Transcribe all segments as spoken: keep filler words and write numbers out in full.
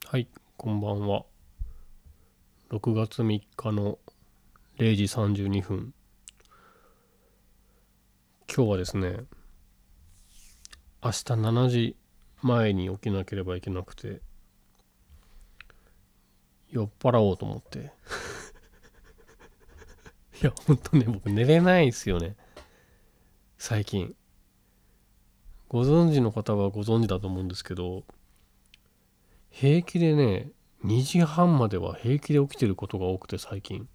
はい、こんばんは。ろくがつみっかのれいじさんじゅうにふん。今日はですね、明日しちじまえに起きなければいけなくて、酔っ払おうと思って。いや、ほんとね、僕寝れないですよね、最近。ご存知の方はご存知だと思うんですけど、平気でね、にじはんまでは平気で起きてることが多くて最近。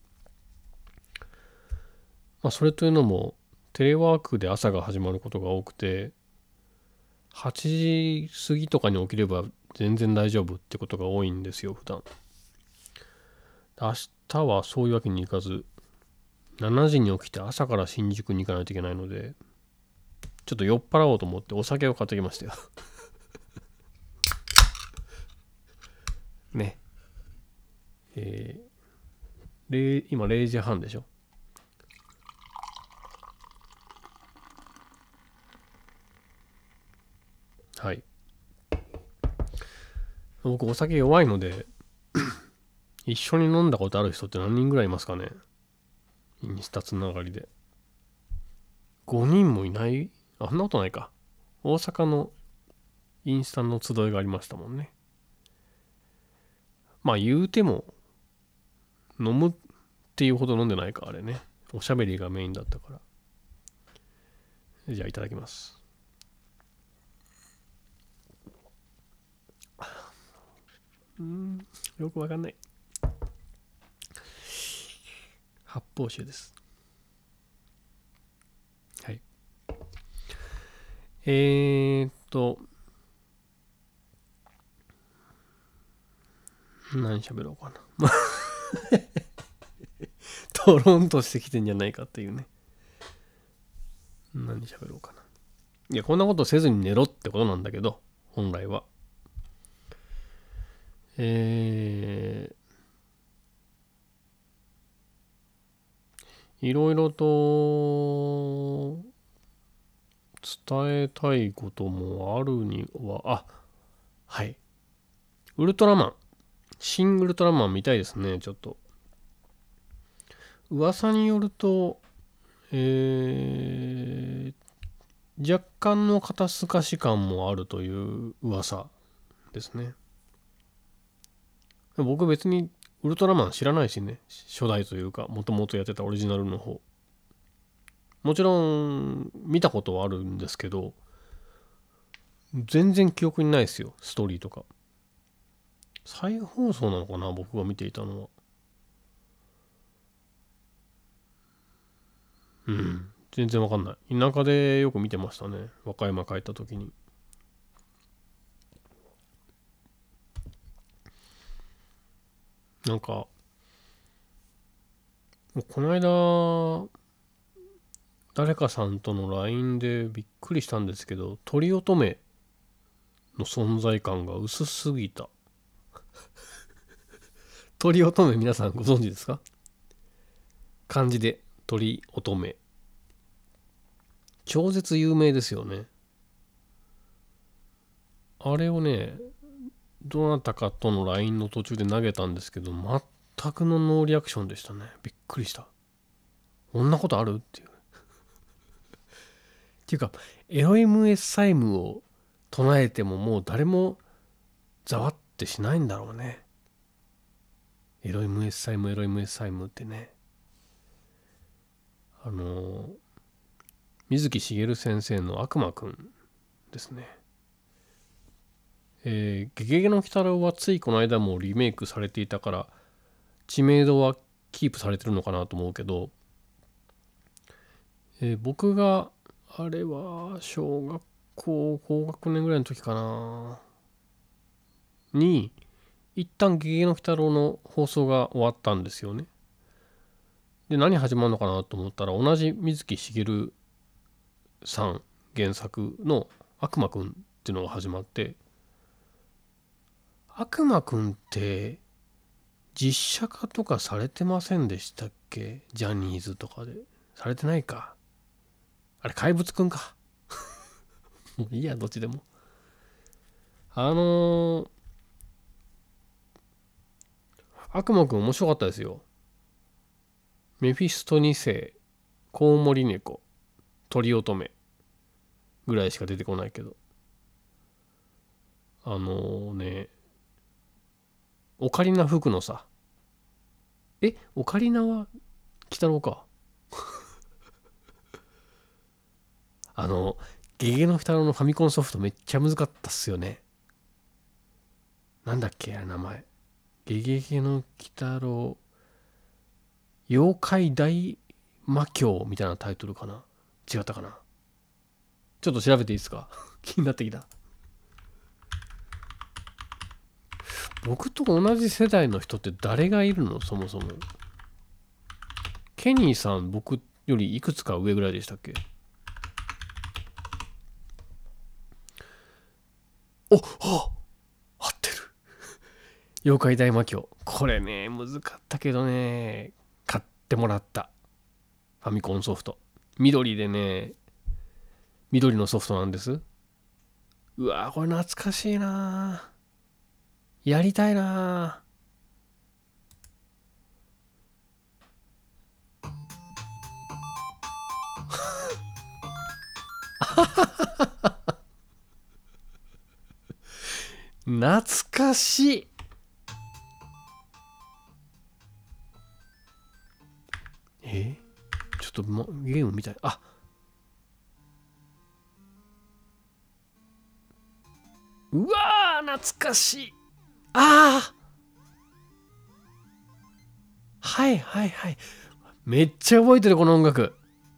まあ、それというのも、テレワークで朝が始まることが多くて、はちじ過ぎとかに起きれば全然大丈夫ってことが多いんですよ、普段。明日はそういうわけにいかず、しちじに起きて朝から新宿に行かないといけないので、ちょっと酔っ払おうと思ってお酒を買ってきましたよ。ね。えー、今れいじはんでしょ。はい。僕お酒弱いので、一緒に飲んだことある人って何人ぐらいいますかね、インスタつながりで。ごにんもいない。あんなことないか。大阪のインスタの集いがありましたもんね。まあ言うても飲むっていうほど飲んでないか、あれね。おしゃべりがメインだったから。じゃあいただきます。うーん、よくわかんない。発泡酒です。はい。えーっと、何喋ろうかな。トロンとしてきてんじゃないかっていうね。何喋ろうかな。いや、こんなことせずに寝ろってことなんだけど、本来は。えー、いろいろと伝えたいこともあるには、あ、はい。ウルトラマン。新ウルトラマン見たいですね、ちょっと。噂によると、えー、若干の肩透かし感もあるという噂ですね。僕別にウルトラマン知らないしね、初代というか、もともとやってたオリジナルの方。もちろん見たことはあるんですけど、全然記憶にないですよ、ストーリーとか。再放送なのかな、僕が見ていたのは。うん、全然わかんない。田舎でよく見てましたね、和歌山帰った時に。なんか、この間、誰かさんとの ライン でびっくりしたんですけど、トリオトメの存在感が薄すぎた。トリオトメ皆さんご存知ですか？漢字で鳥乙女。超絶有名ですよね。あれをね、どなたかとの ライン の途中で投げたんですけど、全くのノーリアクションでしたね。びっくりした。こんなことあるっていう。っていうか、エロイムエッサイムを唱えてももう誰もざわってしないんだろうね。エロイムエッサイム、エロイムエッサイムってね。あの、水木しげる先生の悪魔くんですね。えー、ゲゲゲの鬼太郎はついこの間もリメイクされていたから知名度はキープされてるのかなと思うけど、えー僕があれは小学校高学年ぐらいの時かなに一旦ゲゲゲの鬼太郎の放送が終わったんですよね。で、何始まるのかなと思ったら、同じ水木しげるさん原作の悪魔くんっていうのが始まって、悪魔くんって実写化とかされてませんでしたっけ？ジャニーズとかで。されてないか。あれ、怪物くんか。もういいや、どっちでも。あのー悪魔くん面白かったですよ。メフィストに世、コウモリ猫、鳥乙女ぐらいしか出てこないけど。あのね、オカリナ吹くのさ。え、オカリナは鬼太郎か。あの、ゲゲゲの鬼太郎のファミコンソフトめっちゃ難かったっすよね。なんだっけ、あれ名前。ゲゲゲの鬼太郎、妖怪大魔教みたいなタイトルかな。違ったかな。ちょっと調べていいですか？気になってきた。僕と同じ世代の人って誰がいるのそもそも。ケニーさん、僕よりいくつか上ぐらいでしたっけ？おっ、は合ってる。妖怪大魔教。これね、難かったけどね、買ってもらった。ファミコンソフト。緑でね、緑のソフトなんです。うわ、これ懐かしいな。やりたいな。懐かしい。えちょっとゲームみたい。あ、うわー、懐かしい。ああ、はいはいはい。めっちゃ覚えてる、この音楽。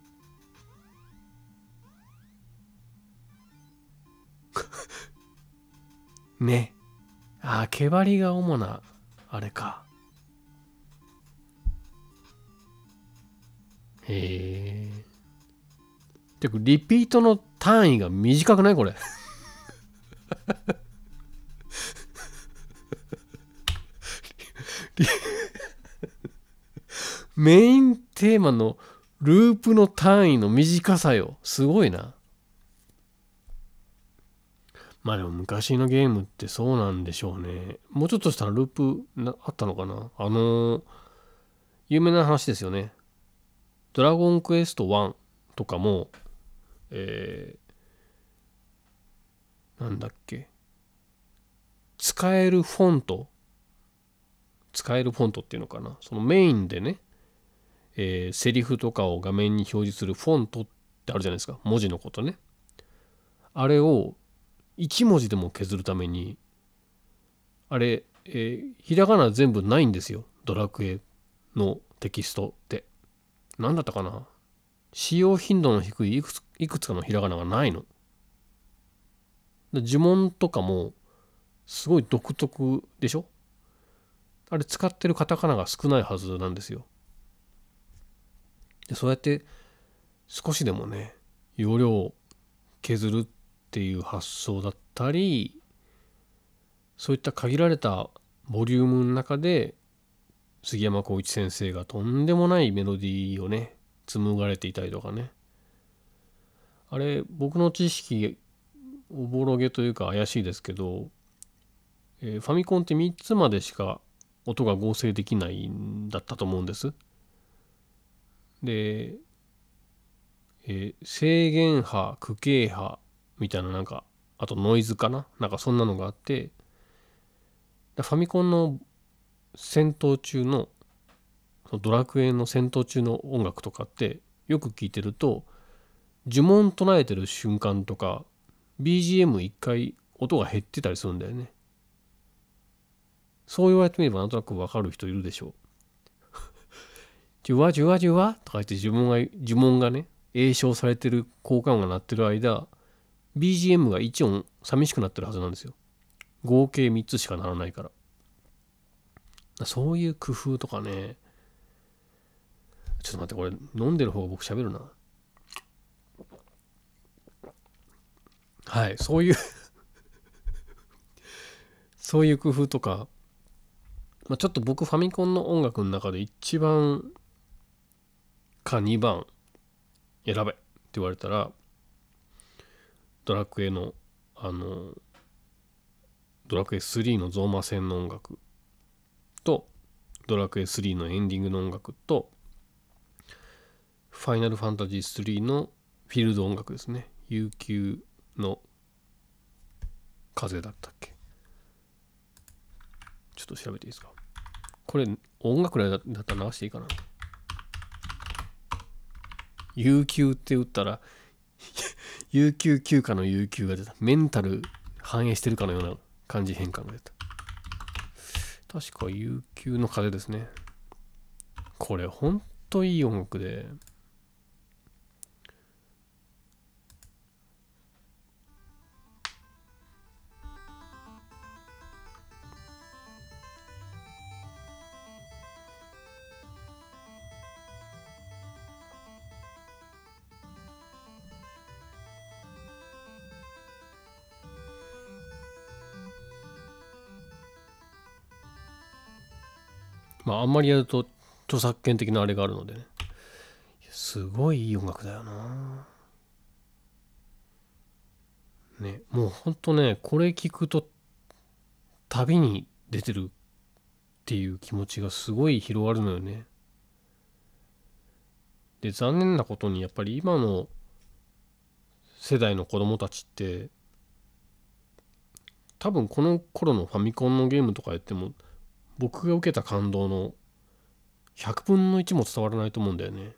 ね。ああ、毛張りが主な、あれか。へえ。てか、リピートの単位が短くないこれ。メインテーマのループの単位の短さよ。すごいな。まあでも昔のゲームってそうなんでしょうね。もうちょっとしたらループなあったのかな。あのー有名な話ですよね。ドラゴンクエストワンとかも、えー、なんだっけ。使えるフォント、使えるフォントっていうのかな。そのメインでね、えー、セリフとかを画面に表示するフォントってあるじゃないですか。文字のことね。あれをいち文字でも削るために、あれ、えー、ひらがな全部ないんですよ。ドラクエのテキストって。なんだったかな。使用頻度の低いいくついくつかのひらがながないの。呪文とかもすごい独特でしょ。あれ使ってるカタカナが少ないはずなんですよ。でそうやって少しでもね、容量を削るっていう発想だったり、そういった限られたボリュームの中で杉山浩一先生がとんでもないメロディーをね紡がれていたりとかね。あれ僕の知識おぼろげというか怪しいですけど、えーファミコンってみっつまでしか音が合成できないんだったと思うんです。で、えー制限波区形波みたいな、なんかあとノイズかな、なんかそんなのがあって、ファミコンの戦闘中のドラクエの戦闘中の音楽とかってよく聞いてると、呪文唱えてる瞬間とか ビージーエムいっ 回音が減ってたりするんだよね。そう言われてみればなんとなくわかる人いるでしょう。ジュワジュワジュワとか言って呪文が呪文がね詠唱されてる効果音が鳴ってる間 ビージーエム がいち音寂しくなってるはずなんですよ。合計みっつしかならないから。そういう工夫とかね。ちょっと待って、これ飲んでる方が僕喋るな。はい、そういうそういう工夫とか、まあ、ちょっと僕ファミコンの音楽の中でいちばんかにばん選べって言われたら、ドラクエのあのドラクエスリーのゾーマ戦の音楽と、 ドラクエスリーのエンディングの音楽とファイナルファンタジースリーのフィールド音楽ですね。悠久の風だったっけ。ちょっと調べていいですか。これ音楽だったら流していいかな。悠久って打ったら有給休暇の有給が出た。メンタル反映してるかのような漢字変換が出た。確か有給の風ですね。これほんといい音楽で、まああんまりやると著作権的なあれがあるのでね。すごいいい音楽だよな。ね、もうほんとね、これ聞くと旅に出てるっていう気持ちがすごい広がるのよね。で、残念なことにやっぱり今の世代の子供たちって多分この頃のファミコンのゲームとかやっても僕が受けた感動のひゃくぶんのいちも伝わらないと思うんだよね。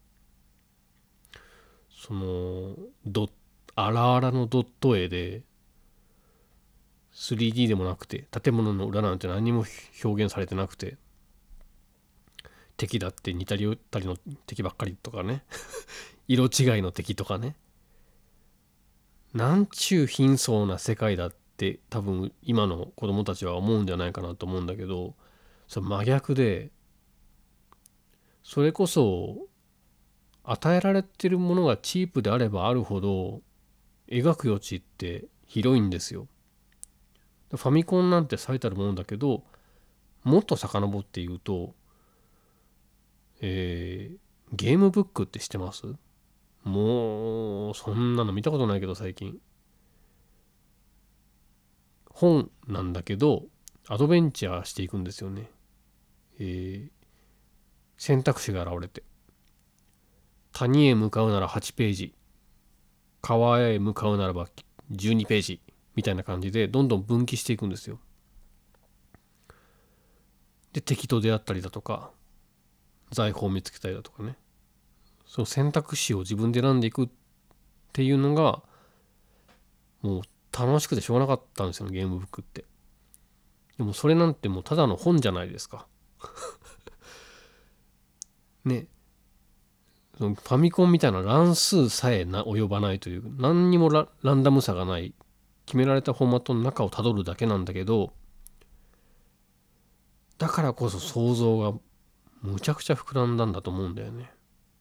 そのド荒々のドット絵で スリーディー でもなくて、建物の裏なんて何も表現されてなくて、敵だって似たり寄ったりの敵ばっかりとかね色違いの敵とかね、なんちゅう貧相な世界だって多分今の子供たちは思うんじゃないかなと思うんだけど、それ真逆で、それこそ与えられてるものがチープであればあるほど描く余地って広いんですよ。ファミコンなんて最たるものだけど、もっと遡って言うと、えー、ゲームブックって知ってます？もうそんなの見たことないけど、最近本なんだけどアドベンチャーしていくんですよね。えー、選択肢が現れて、谷へ向かうならはちページ、川へ向かうならばじゅうにページみたいな感じでどんどん分岐していくんですよ。で、敵と出会ったりだとか財宝を見つけたりだとかね、その選択肢を自分で選んでいくっていうのがもう楽しくてしょうがなかったんですよ、ゲームブックって。でもそれなんてもうただの本じゃないですかね。そのファミコンみたいな乱数さえな及ばないという、何にも ラ, ランダムさがない決められたフォーマットの中をたどるだけなんだけど、だからこそ想像がむちゃくちゃ膨らんだんだと思うんだよね。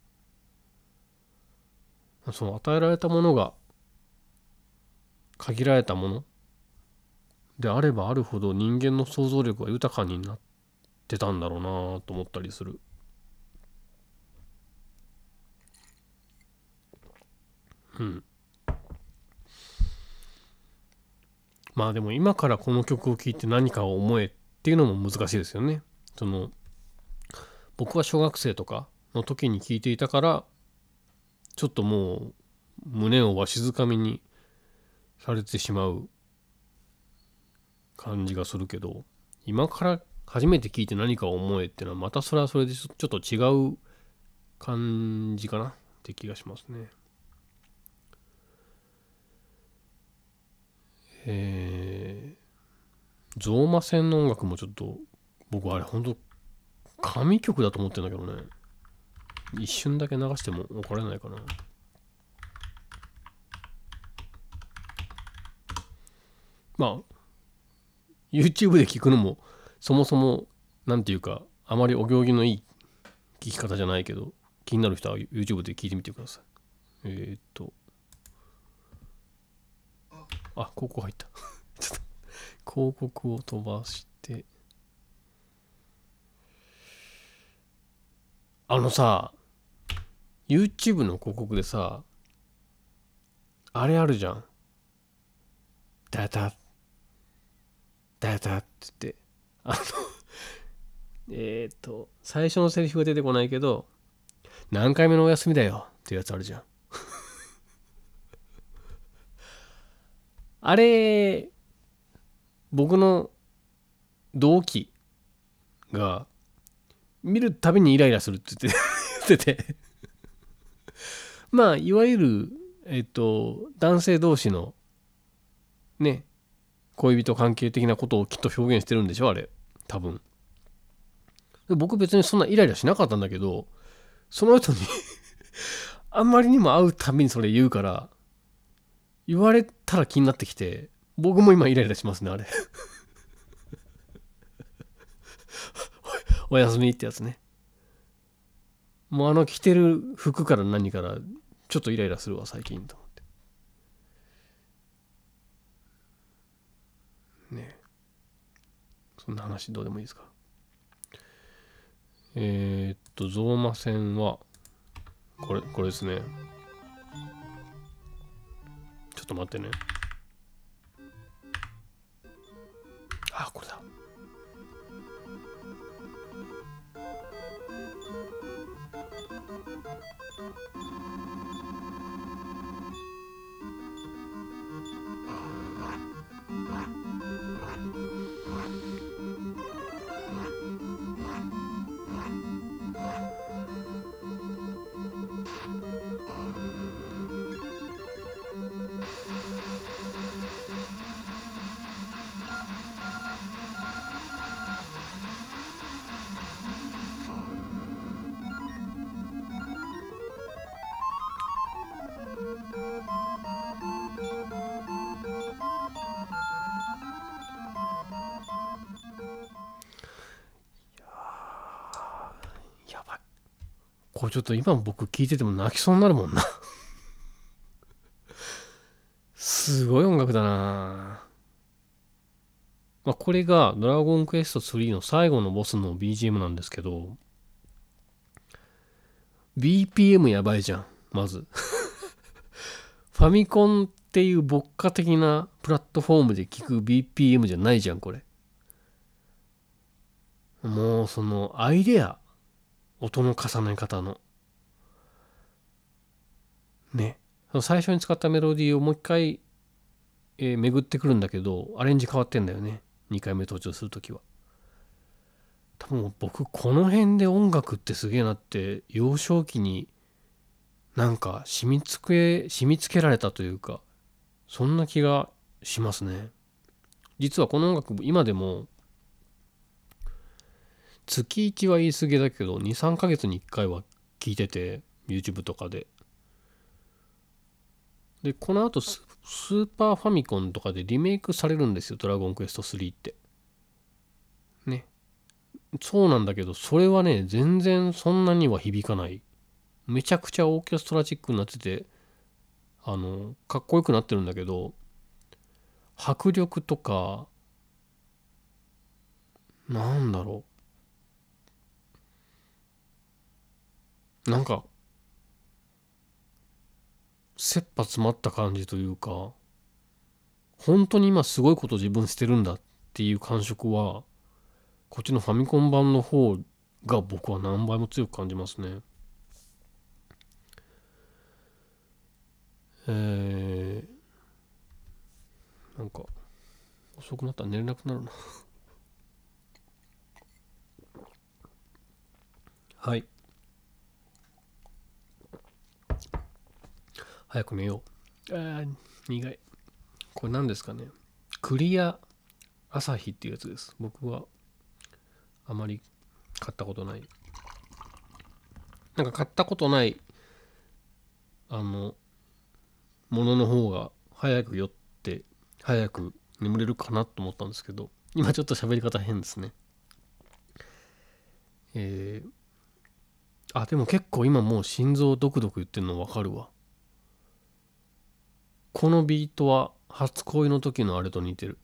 その与えられたものが限られたものであればあるほど人間の想像力が豊かになってたんだろうなと思ったりする。うん。まあでも今からこの曲を聴いて何かを思えっていうのも難しいですよね。その僕は小学生とかの時に聴いていたからちょっともう胸をわしづかみにされてしまう感じがするけど、今から初めて聞いて何かを思えっていうのはまたそれはそれでちょっと違う感じかなって気がしますね。えー、ゾーマ戦の音楽もちょっと僕あれ本当神曲だと思ってるんだけどね。一瞬だけ流しても怒られないかな。まあ YouTube で聞くのもそもそもなんていうかあまりお行儀のいい聞き方じゃないけど、気になる人は YouTube で聞いてみてください。えー、っとあ、広告入ったちょっと広告を飛ばして、あのさ YouTube の広告でさ、あれあるじゃん。ダダダダって言って、あのえーっと最初のセリフが出てこないけど、何回目のお休みだよっていうやつあるじゃん。あれ、僕の同期が見るたびにイライラするって言って言ってて、まあいわゆるえっと男性同士のね、恋人関係的なことをきっと表現してるんでしょあれ、多分。僕別にそんなイライラしなかったんだけど、その後にあんまりにも会うたびにそれ言うから、言われたら気になってきて、僕も今イライラしますねあれ。おやすみってやつね。もうあの着てる服から何からちょっとイライラするわ最近と思ってね。そんな話どうでもいいですか。えー、っとゾウマ線はこれこれですね。ちょっと待ってね。あ、これだ。やばい。これちょっと今僕聞いてても泣きそうになるもんな。すごい音楽だな。まあ、これがドラゴンクエストスリーの最後のボスの ビージーエム なんですけど、ビーピーエム やばいじゃん、まず。ファミコンっていう牧歌的なプラットフォームで聴く ビーピーエム じゃないじゃん、これ。もうそのアイデア、音の重ね方の。ね。最初に使ったメロディーをもう一回、えー巡ってくるんだけど、アレンジ変わってんだよね。にかいめ登場するときは。多分僕この辺で音楽ってすげえなって幼少期になんか染みつけ染みつけられたというか、そんな気がしますね。実はこの音楽今でも月いちは言い過ぎだけどにさんかげつにいっかいは聴いてて、 YouTube とかで。でこの後ススーパーファミコンとかでリメイクされるんですよ、ドラゴンクエストスリーってね。そうなんだけど、それはね全然そんなには響かない。めちゃくちゃオーケストラチックになってて、あのかっこよくなってるんだけど、迫力とか、なんだろう、なんか切羽詰まった感じというか、本当に今すごいこと自分してるんだっていう感触は、こっちのファミコン版の方が僕は何倍も強く感じますね。えー、なんか遅くなったら寝れなくなるな。はい、早く寝よう。あー苦い。これ何ですかね。クリア朝日っていうやつです。僕はあまり買ったことない。なんか買ったことないあのものの方が早く酔って早く眠れるかなと思ったんですけど、今ちょっと喋り方変ですね。えー、あでも結構今もう心臓ドクドク言ってんの分かるわ。このビートは初恋の時のあれと似てる。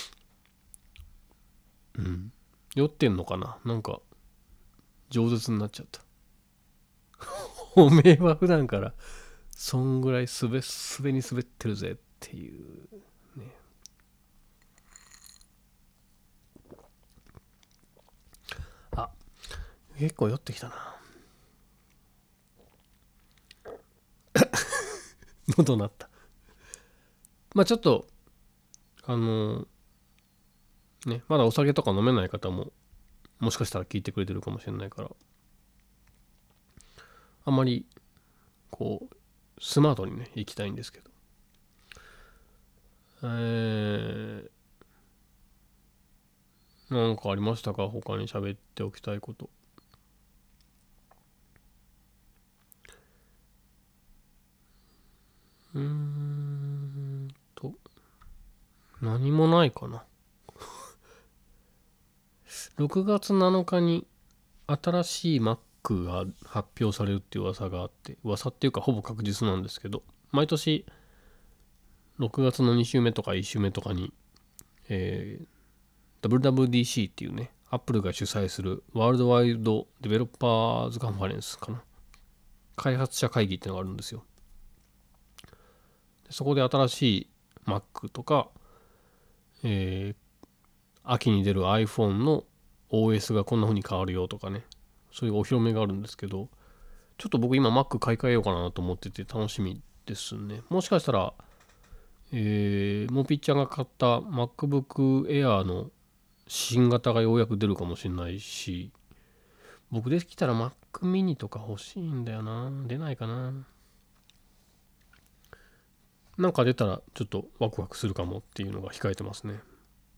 うん、酔ってんのかな、なんか饒舌になっちゃった。おめえは普段からそんぐらいすべすべに滑ってるぜっていうね。あ、 結構酔ってきたな。喉鳴った。まあちょっとあのね、まだお酒とか飲めない方ももしかしたら聞いてくれてるかもしれないから、あんまりこうスマートにね行きたいんですけど、えー、なんかありましたか、他に喋っておきたいこと。うーんと何もないかな。ろくがつなのかに新しい Mac が発表されるっていう噂があって、噂っていうかほぼ確実なんですけど、毎年ろくがつのに週目とかいち週目とかに、えー、ダブリューダブリューディーシー っていうね、Apple が主催するワールドワイドデベロッパーズカンファレンスかな、開発者会議っていうのがあるんですよ。そこで新しい Mac とか、えー、秋に出る iPhone の オーエス がこんな風に変わるよとかね、そういうお披露目があるんですけど、ちょっと僕今 Mac 買い替えようかなと思ってて楽しみですね。もしかしたら、えー、モピッチャーが買った MacBook Air の新型がようやく出るかもしれないし、僕できたら Mac mini とか欲しいんだよな。出ないかな。なんか出たらちょっとワクワクするかもっていうのが控えてますね。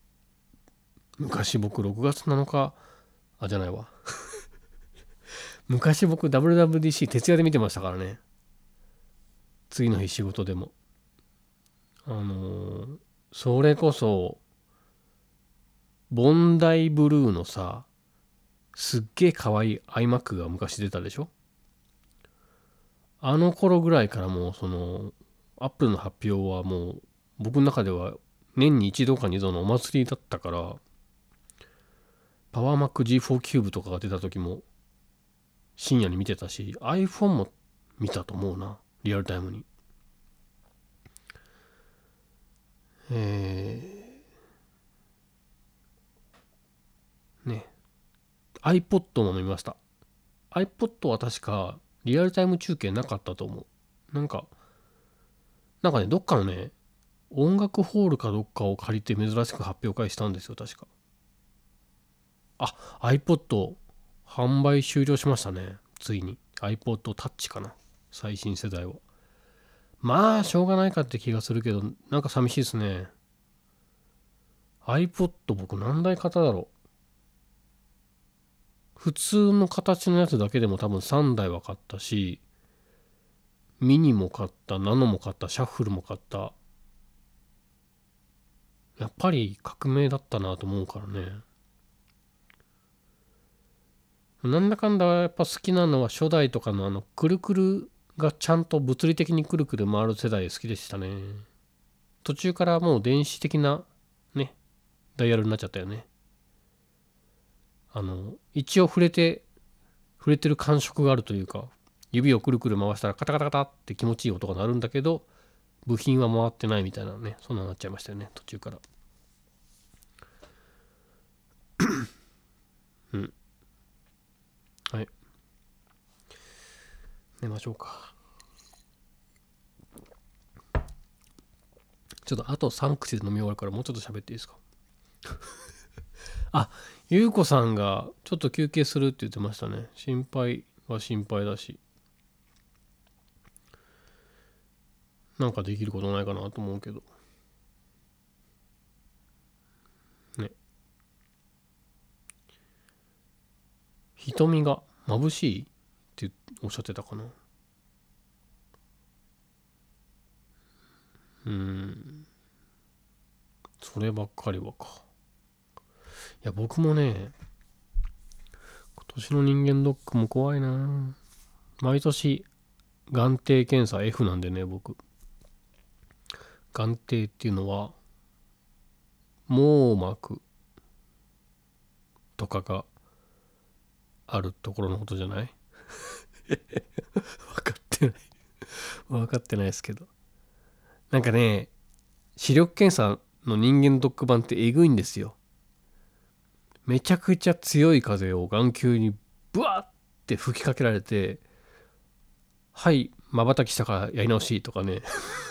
昔僕ろくがつなのか、あ、じゃないわ。昔僕 ダブリューダブリューディーシー 徹夜で見てましたからね。次の日仕事でも。あのー、それこそ、ボンダイブルーのさ、すっげえ可愛い iMac が昔出たでしょ。あの頃ぐらいからもうその、アップルの発表はもう僕の中では年に一度か二度のお祭りだったから、パワーマック ジーフォー キューブとかが出た時も深夜に見てたし、 iPhone も見たと思うな、リアルタイムに。えー、ね iPod も見ました。 iPod は確かリアルタイム中継なかったと思う。なんかなんかね、どっかのね、音楽ホールかどっかを借りて珍しく発表会したんですよ、確か。あ、iPod 販売終了しましたね。ついに。iPod Touch かな。最新世代は。まあ、しょうがないかって気がするけど、なんか寂しいですね。iPod 僕何台買っただろう。普通の形のやつだけでも多分さんだいは買ったし、ミニも買った、ナノも買った、シャッフルも買った。やっぱり革命だったなと思うからね。なんだかんだやっぱ好きなのは初代とかのあのくるくるがちゃんと物理的にくるくる回る世代好きでしたね。途中からもう電子的なね、ダイヤルになっちゃったよね。あの、一応触れて、触れてる感触があるというか、指をくるくる回したらカタカタカタって気持ちいい音が鳴るんだけど、部品は回ってないみたいなね、そんなになっちゃいましたよね、途中から。うん。はい。寝ましょうか。ちょっとあとさん口で飲み終わるからもうちょっと喋っていいですか。あ、ゆうこさんがちょっと休憩するって言ってましたね。心配は心配だし、なんかできることないかなと思うけど。ね。瞳が眩しいっておっしゃってたかな。うーん。そればっかりはか。いや、僕もね、今年の人間ドックも怖いな。毎年、眼底検査 F なんでね、僕。眼底っていうのは、網膜とかがあるところのことじゃない？分かってない。分かってないですけど。なんかね、視力検査の人間ドック版ってえぐいんですよ。めちゃくちゃ強い風を眼球にブワーって吹きかけられて、はい瞬きしたからやり直しとかね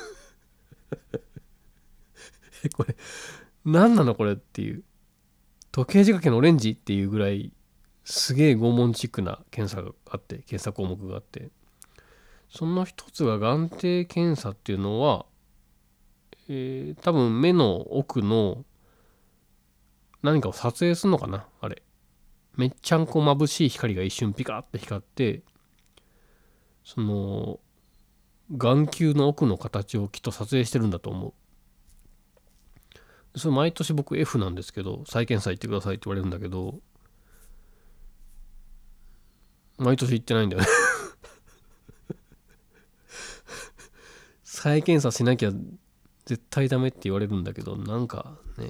これ何なのこれっていう、時計仕掛けのオレンジっていうぐらいすげえ拷問チックな検査があって、検査項目があって、その一つが眼底検査っていうのは、えー、多分目の奥の何かを撮影するのかな、あれ。めっちゃんこ眩しい光が一瞬ピカって光って、その眼球の奥の形をきっと撮影してるんだと思う。それ毎年僕 F なんですけど、再検査行ってくださいって言われるんだけど、毎年行ってないんだよね再検査しなきゃ絶対ダメって言われるんだけど、なんかね、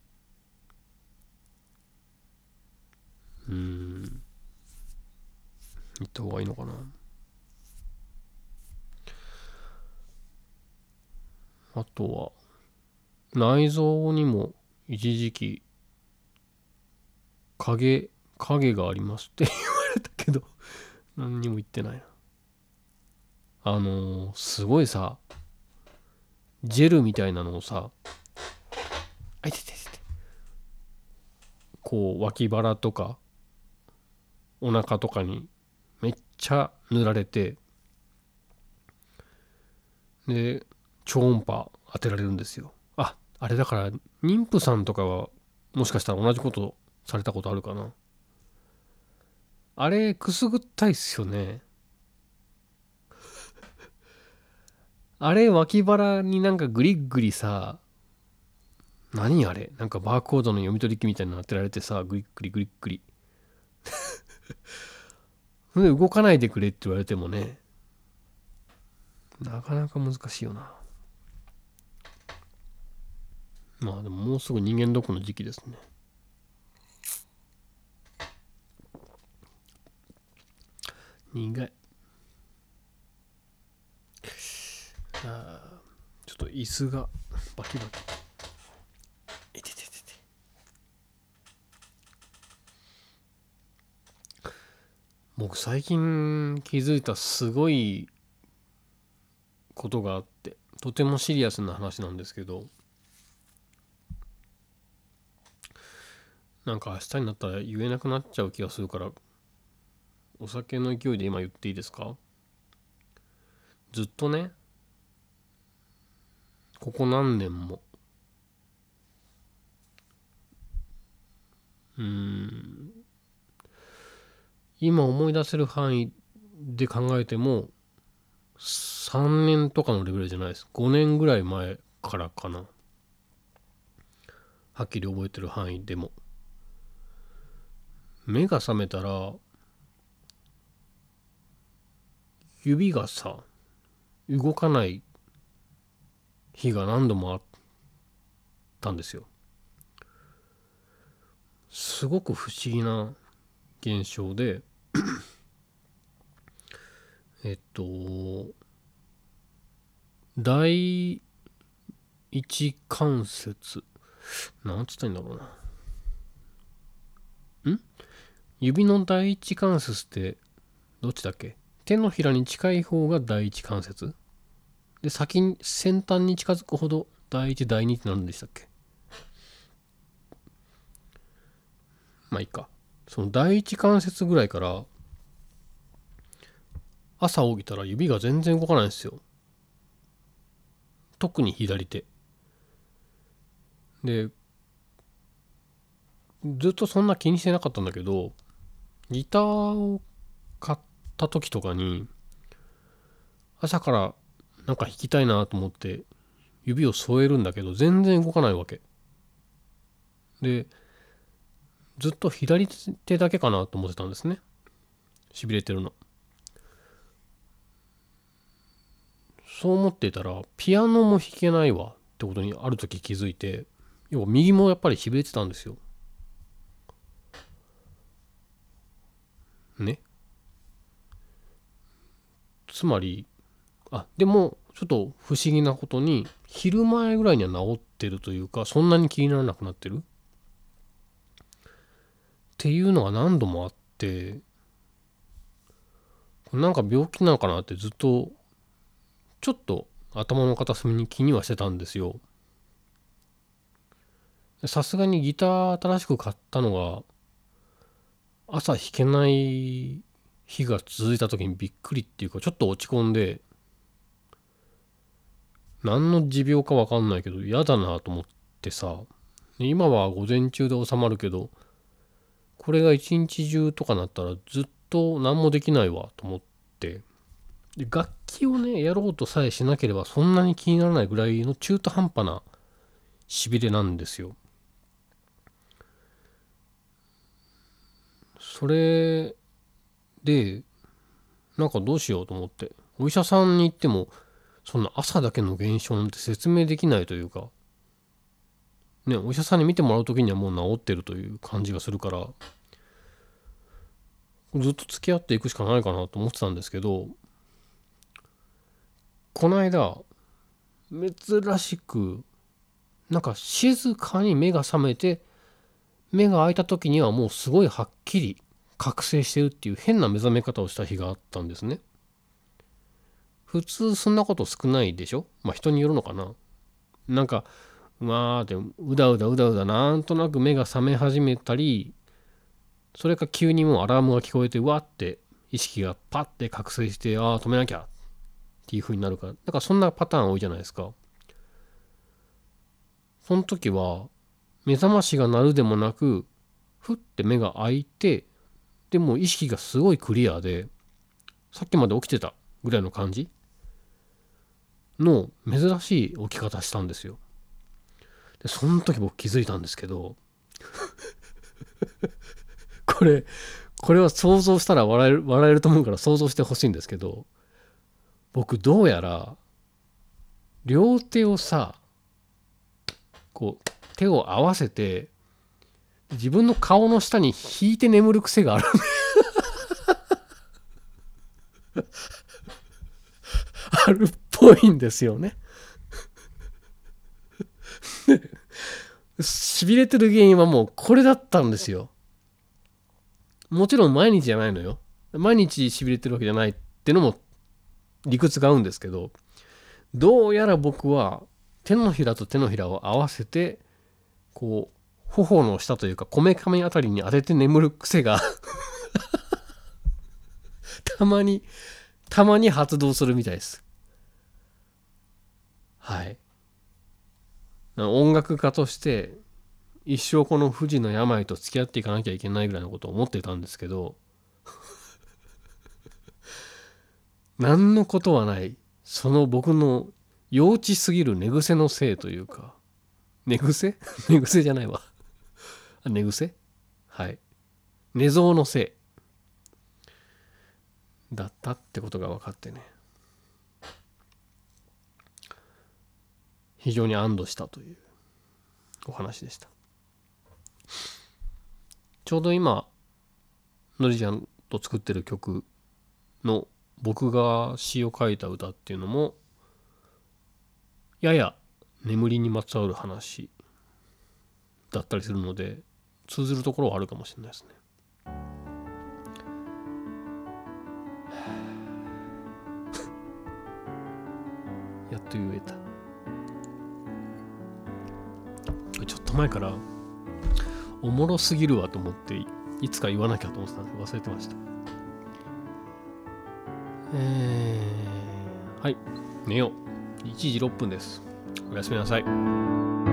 うーん、行った方がいいのかな。あとは内臓にも一時期影影がありますって言われたけど何にも言ってないな。あのー、すごいさ、ジェルみたいなのをさ、あいてててて、こう脇腹とかお腹とかにめっちゃ塗られて、で超音波当てられるんですよ。あ、あれだから妊婦さんとかはもしかしたら同じことされたことあるかな。あれくすぐったいっすよね。あれ脇腹になんかグリッグリさ、何あれ、なんかバーコードの読み取り機みたいなの当てられてさ、グリッグリグリッグリで動かないでくれって言われてもね、なかなか難しいよな。まあでももうすぐ人間ドックの時期ですね。苦い。あ、ちょっと椅子がバキバキ。いてててて。僕最近気づいたすごいことがあって、とてもシリアスな話なんですけど、なんか明日になったら言えなくなっちゃう気がするから、お酒の勢いで今言っていいですか？ずっとね、ここ何年も、うーん、今思い出せる範囲で考えてもさんねんとかのレベルじゃないです。ごねんぐらい前からかな。はっきり覚えてる範囲でも、目が覚めたら指がさ動かない日が何度もあったんですよ。すごく不思議な現象で、えっと第一関節、なんつったらいいんだろうな。ん指の第一関節ってどっちだっけ？手のひらに近い方が第一関節で、先に先端に近づくほど第一第二ってなるんでしたっけ？まあいいか。その第一関節ぐらいから朝起きたら指が全然動かないんですよ。特に左手で、ずっとそんな気にしてなかったんだけど、ギターを買った時とかに朝からなんか弾きたいなと思って指を添えるんだけど全然動かないわけで、ずっと左手だけかなと思ってたんですね。しびれてるの。そう思っていたらピアノも弾けないわってことにある時気づいて、要は右もやっぱりしびれてたんですよね。つまり、あ、でもちょっと不思議なことに昼前ぐらいには治ってるというか、そんなに気にならなくなってるっていうのが何度もあって、 なんか病気なのかなってずっとちょっと頭の片隅に気にはしてたんですよ。さすがにギター新しく買ったのが朝弾けない日が続いた時にびっくりっていうかちょっと落ち込んで、何の持病かわかんないけど嫌だなと思ってさ、今は午前中で収まるけどこれが一日中とかなったらずっと何もできないわと思って、で楽器をねやろうとさえしなければそんなに気にならないぐらいの中途半端なしびれなんですよ。それでなんかどうしようと思ってお医者さんに行ってもそんな朝だけの現象なんて説明できないというかね、お医者さんに見てもらう時にはもう治ってるという感じがするからずっと付き合っていくしかないかなと思ってたんですけど、この間珍しくなんか静かに目が覚めて目が開いた時にはもうすごいはっきり覚醒してるっていう変な目覚め方をした日があったんですね。普通そんなこと少ないでしょ。まあ人によるのかな。なんかうわーってうだうだうだうだなんとなく目が覚め始めたり、それか急にもうアラームが聞こえてうわって意識がパッて覚醒して、ああ止めなきゃっていう風になるから、だからそんなパターン多いじゃないですか。その時は目覚ましが鳴るでもなくふって目が開いて、でも意識がすごいクリアでさっきまで起きてたぐらいの感じの珍しい起き方したんですよ。でその時僕気づいたんですけどこれこれは想像したら笑える笑えると思うから想像してほしいんですけど、僕どうやら両手をさこう手を合わせて自分の顔の下に引いて眠る癖があるあるっぽいんですよね。しびれてる原因はもうこれだったんですよ。もちろん毎日じゃないのよ。毎日しびれてるわけじゃないってのも理屈が合うんですけど、どうやら僕は手のひらと手のひらを合わせてこう頬の下というかこめかみあたりに当てて眠る癖がたまにたまに発動するみたいです。はい。音楽家として一生この不治の病と付き合っていかなきゃいけないぐらいのことを思ってたんですけど、何のことはないその僕の幼稚すぎる寝癖のせいというか、寝癖寝癖じゃないわ寝癖はい寝相のせいだったってことが分かってね、非常に安堵したというお話でした。ちょうど今のりちゃんと作ってる曲の僕が詩を書いた歌っていうのもやや眠りにまつわる話だったりするので通ずるところはあるかもしれないですね。やっと言えた。ちょっと前からおもろすぎるわと思っていつか言わなきゃと思ってたんで忘れてました。えー、はい寝よう。いちじろっぷんです。おやすみなさい。